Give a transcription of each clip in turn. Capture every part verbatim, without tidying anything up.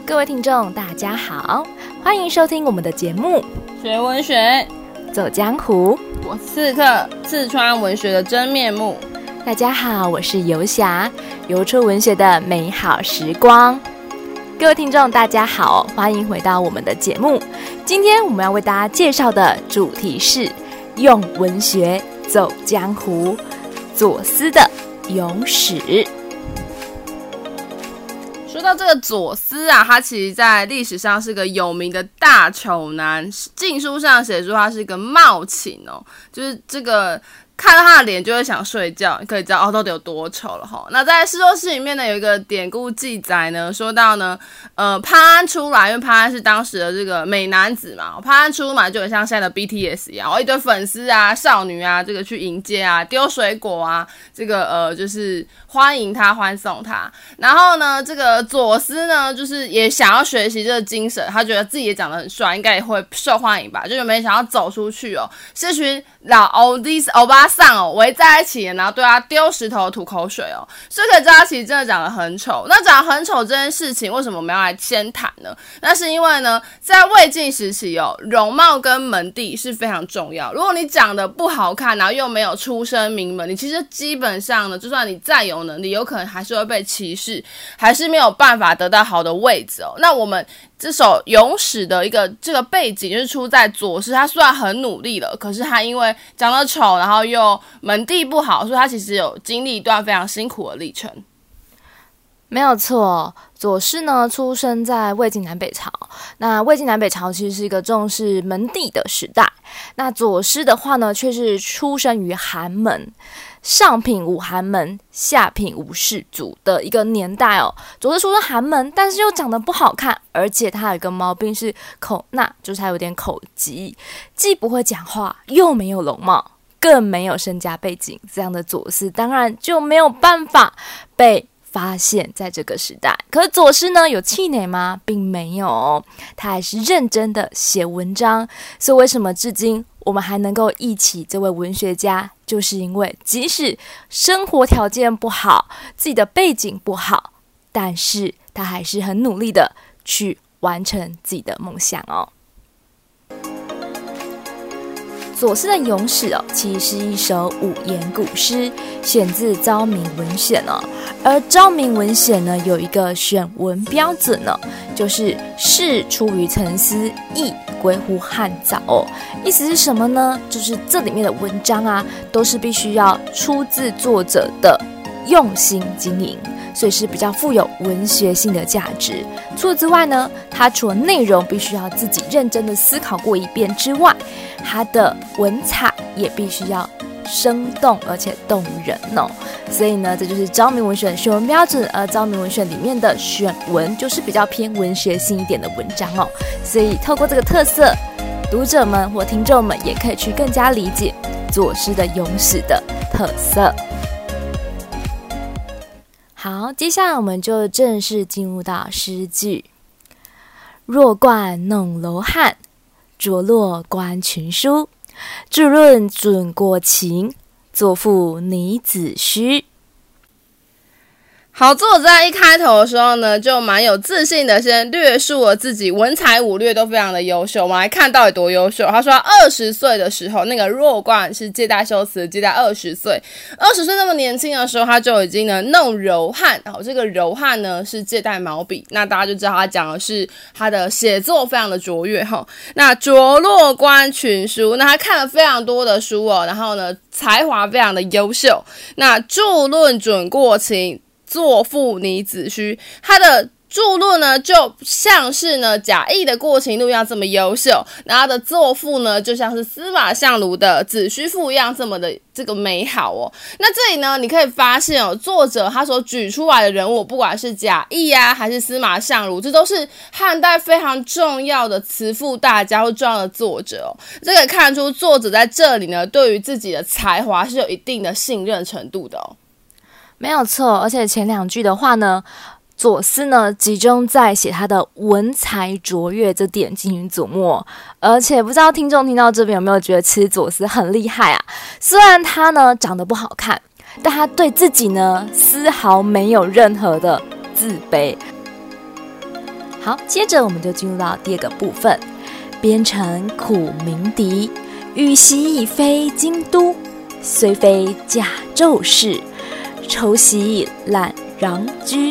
各位听众大家好，欢迎收听我们的节目学文学走江湖， 我刺客刺穿文学的真面目。 大家好，我是游侠，游出文学的美好时光。各位听众大家好，欢迎回到我们的节目。今天我们要为大家介绍的主题是用文学走江湖，左思的咏史。 说到这个左思啊，他其实在历史上是个有名的大丑男，禁书上写说他是一个冒寝哦，就是这个看到他的脸就会想睡觉，你可以知道哦到底有多丑了哈。那在《世说诗》里面呢，有一个典故记载呢，说到呢，呃，潘安出来，因为潘安是当时的这个美男子嘛，潘安出来就很像现在的 B T S 一样，哦，一堆粉丝啊、少女啊，这个去迎接啊，丢水果啊，这个呃就是欢迎他、欢送他。然后呢，这个左思呢，就是也想要学习这个精神，他觉得自己也长得很帅，应该也会受欢迎吧，就没想要走出去哦，这群老欧弟欧巴上哦围在一起，然后对他丢石头吐口水哦，所以可以知道他其实真的长得很丑。那长得很丑这件事情为什么我们要来先谈呢？那是因为呢，在魏晋时期哦，容貌跟门第是非常重要。如果你长得不好看，然后又没有出身名门，你其实基本上呢，就算你再有能力，有可能还是会被歧视，还是没有办法得到好的位置哦。那我们这首咏史的一个这个背景就是出在左思，他虽然很努力了，可是他因为长得丑，然后又门第不好，所以他其实有经历一段非常辛苦的历程。 没有错，左思呢出生在魏晋南北朝。那魏晋南北朝其实是一个重视门第的时代。那左思的话呢，却是出生于寒门，上品无寒门，下品无士族的一个年代哦。左思出身寒门，但是又长得不好看，而且他有一个毛病是口那，就是他有点口疾，既不会讲话，又没有容貌，更没有身家背景，这样的左思当然就没有办法被发现在这个时代。可是左思呢有气馁吗？并没有哦，他还是认真的写文章。所以为什么至今我们还能够忆起这位文学家，就是因为即使生活条件不好，自己的背景不好，但是他还是很努力的去完成自己的梦想哦。左思的咏史哦，其实是一首五言古诗，选自《昭明文选》哦。而《昭明文选》呢，有一个选文标准呢，就是事出于沉思，意归乎汉藻哦。意思是什么呢？就是这里面的文章啊，都是必须要出自作者的用心经营，所以是比较富有文学性的价值。除此之外呢，它除了内容必须要自己认真的思考过一遍之外，它的文采也必须要生动而且动人哦。所以呢，这就是昭明文选选文标准。而昭明文选里面的选文就是比较偏文学性一点的文章哦。所以透过这个特色，读者们或听众们也可以去更加理解左思的咏史的特色。好，接下来我们就正式进入到诗句。弱冠弄楼汉，着落观群书。著论准过情，作赋拟子虚。 好，作者在一开头的时候呢，就蛮有自信的，先略述了自己文采武略都非常的优秀。我们来看到底多优秀。他说他二十岁的时候，那个弱冠是借代修辞，借代二十岁，二十岁那么年轻的时候，他就已经呢弄柔汉。好，这个柔汉呢是借代毛笔，那大家就知道他讲的是他的写作非常的卓越哈。那着落观群书，那他看了非常多的书哦，然后呢才华非常的优秀。那著论准过情，作赋拟子虚，他的著论呢就像是呢贾谊的过情录一样这么优秀，然后他的作赋呢就像是司马相如的子虚赋一样这么的这个美好哦。那这里呢你可以发现哦，作者他所举出来的人物，不管是贾谊啊还是司马相如，这都是汉代非常重要的词赋大家或重要的作者哦。这个看出作者在这里呢对于自己的才华是有一定的信任程度的哦。 没有错，而且前两句的话呢，左思呢集中在写他的文才卓越这点进行琢磨，而且不知道听众听到这边有没有觉得其实左思很厉害啊？虽然他呢长得不好看，但他对自己呢丝毫没有任何的自卑。 好，接着我们就进入到第二个部分，边城苦鸣笛，羽檄飞京都，虽非甲胄事，愁喜懒穰居。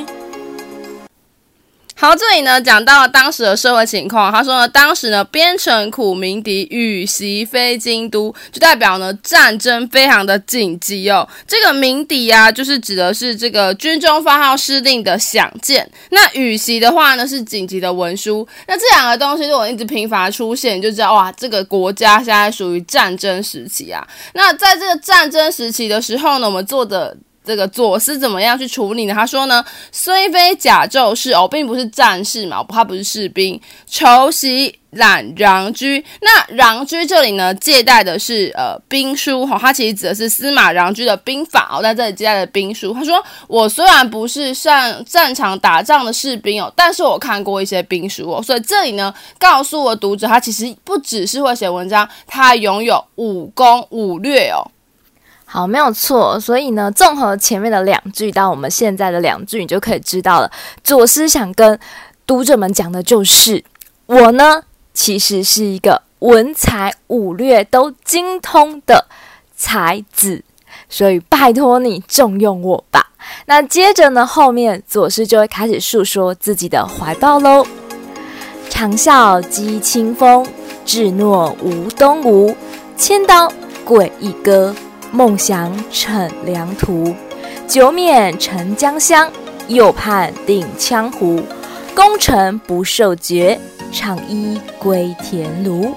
好，这里呢讲到了当时的社会情况，他说呢，当时呢边城苦鸣笛，羽檄飞京都，就代表呢战争非常的紧急哦。这个鸣笛啊，就是指的是这个军中发号施令的响箭，那羽檄的话呢是紧急的文书。那这两个东西如果一直频繁出现，你就知道哇，这个国家现在属于战争时期啊。那在这个战争时期的时候呢，我们做的这个左思怎么样去处理呢？他说呢，虽非甲胄事哦，并不是战士嘛，他不是士兵，愁喜懒穰居。那穰居这里呢，借贷的是呃兵书哈、哦，它其实指的是司马穰居的兵法哦，在这里借贷的兵书。他说，我虽然不是上战场打仗的士兵哦，但是我看过一些兵书哦，所以这里呢，告诉我读者，他其实不只是会写文章，他还拥有武功武略哦。 好，没有错。所以呢，综合前面的两句到我们现在的两句，你就可以知道了。左思想跟读者们讲的就是，我呢其实是一个文才武略都精通的才子，所以拜托你重用我吧。那接着呢，后面左思就会开始述说自己的怀抱喽。长啸击清风，志诺无东吴。千刀贵一歌，梦想逞良图。久免沉江乡，又盼定羌胡。功成不受爵，怅依归田庐。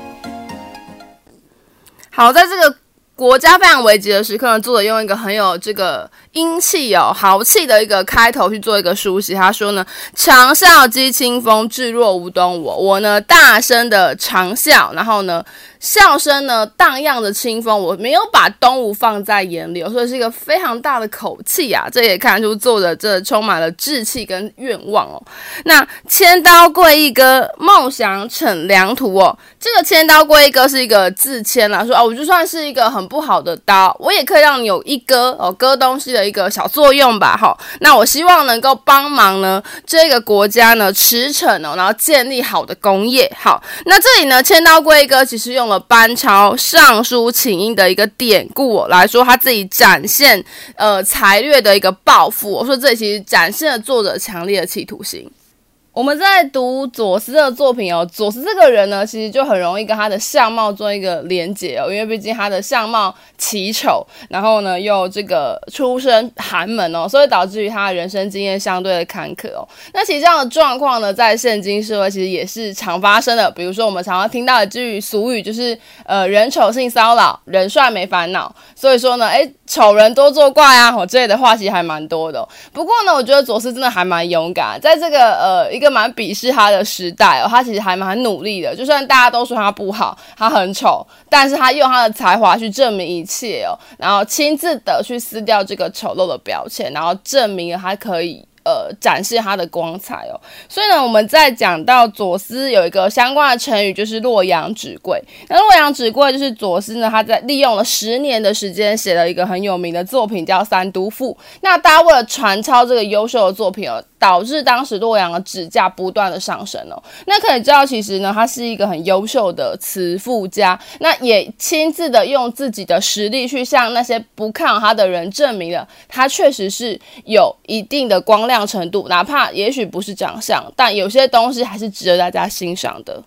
好，在这个国家非常危急的时刻呢，作者用一个很有这个英气哦、豪气的一个开头去做一个书写。他说呢，长啸击清风，志若无东吴。我呢大声的长啸，然后呢笑声呢荡漾着清风，我没有把东吴放在眼里，所以是一个非常大的口气啊。这也看出作者这充满了志气跟愿望哦。那千刀贵一歌，梦想逞良图哦。这个千刀贵一歌是一个自谦啦，说哦，我就算是一个很不好的刀，我也可以让你有一割哦，割东西的一个小作用吧。好，那我希望能够帮忙呢这个国家呢驰骋哦，然后建立好的工业。好，那这里呢千刀贵一歌其实用了班超上书请缨的一个典故、哦、来说他自己展现呃才略的一个抱负、哦、我说这里其实展现了作者强烈的企图心。我们在读左思的作品哦，左思这个人呢，其实就很容易跟他的相貌做一个连结哦，因为毕竟他的相貌奇丑，然后呢又这个出身寒门哦，所以导致于他的人生经验相对的坎坷哦。那其实这样的状况呢，在现今社会其实也是常发生的，比如说我们常常听到的句俗语就是呃人丑性骚扰，人帅没烦恼，所以说呢，哎，丑人多作怪啊，哦，这类的话其实还蛮多的、哦。不过呢，我觉得左思真的还蛮勇敢，在这个呃一个蛮鄙视他的时代哦，他其实还蛮努力的。就算大家都说他不好，他很丑，但是他用他的才华去证明一切哦，然后亲自的去撕掉这个丑陋的标签，然后证明了他可以呃展示他的光彩哦。所以呢，我们在讲到左思有一个相关的成语，就是洛阳纸贵。那洛阳纸贵就是左思呢，他在利用了十年的时间写了一个很有名的作品叫《三都赋》。那大家为了传抄这个优秀的作品哦，导致当时洛阳的纸价不断的上升哦。那可以知道，其实呢，他是一个很优秀的词赋家，那也亲自的用自己的实力去向那些不看好他的人证明了，他确实是有一定的光亮程度，哪怕也许不是长相，但有些东西还是值得大家欣赏的。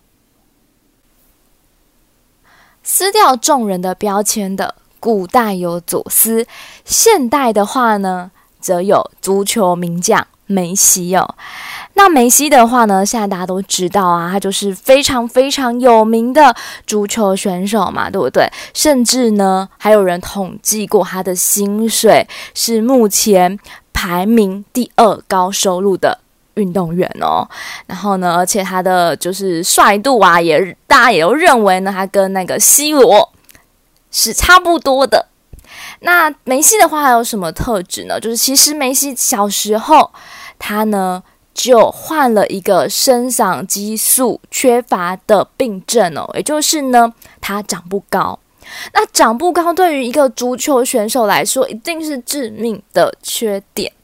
撕掉众人的标签的，古代有左思，现代的话呢，则有足球名将梅西哦。那梅西的话呢，现在大家都知道啊，他就是非常非常有名的足球选手嘛，对不对？甚至呢，还有人统计过他的薪水是目前排名第二高收入的运动员哦。然后呢，而且他的就是帅度啊，也大家也都认为呢，他跟那个 C 罗是差不多的。那梅西的话还有什么特质呢？就是其实梅西小时候他呢就患了一个生长激素缺乏的病症哦，也就是呢他长不高。那长不高对于一个足球选手来说一定是致命的缺点。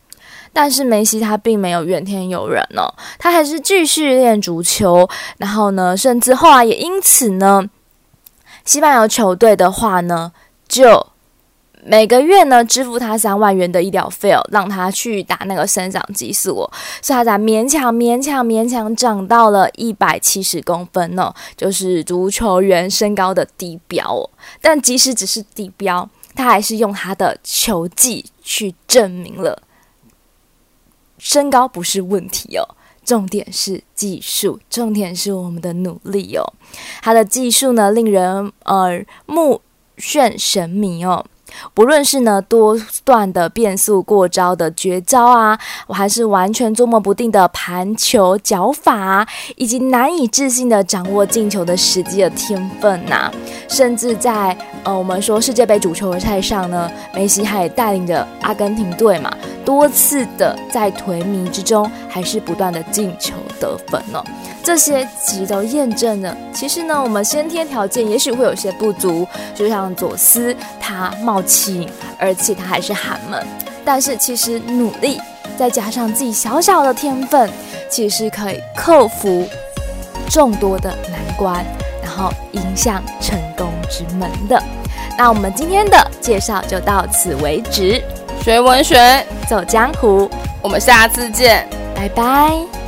但是梅西他并没有怨天尤人哦，他还是继续练足球，然后呢，甚至后来也因此呢，西班牙球队的话呢，就每个月呢支付他三万元的医疗费哦，让他去打那个生长激素哦，所以他才勉强勉强勉强长到了一百七十公分哦，就是足球员身高的低标哦。但即使只是低标，他还是用他的球技去证明了身高不是问题哦，重点是技术，重点是我们的努力哦。他的技术呢，令人呃目眩神迷哦。不论是呢多段的变速过招的绝招啊，我还是完全捉摸不定的盘球脚法啊，以及难以置信的掌握进球的实际的天分呐、啊，甚至在呃我们说世界杯足球赛上呢，梅西还带领着阿根廷队嘛，多次的在颓靡之中，还是不断的进球得分哦。这些其实都验证了，其实呢，我们先天条件也许会有些不足，就像佐斯他冒青，而且他还是寒门，但是其实努力再加上自己小小的天分，其实是可以克服众多的难关，然后迎向成功之门的。那我们今天的介绍就到此为止， 学文学走江湖， 我们下次见， 拜拜。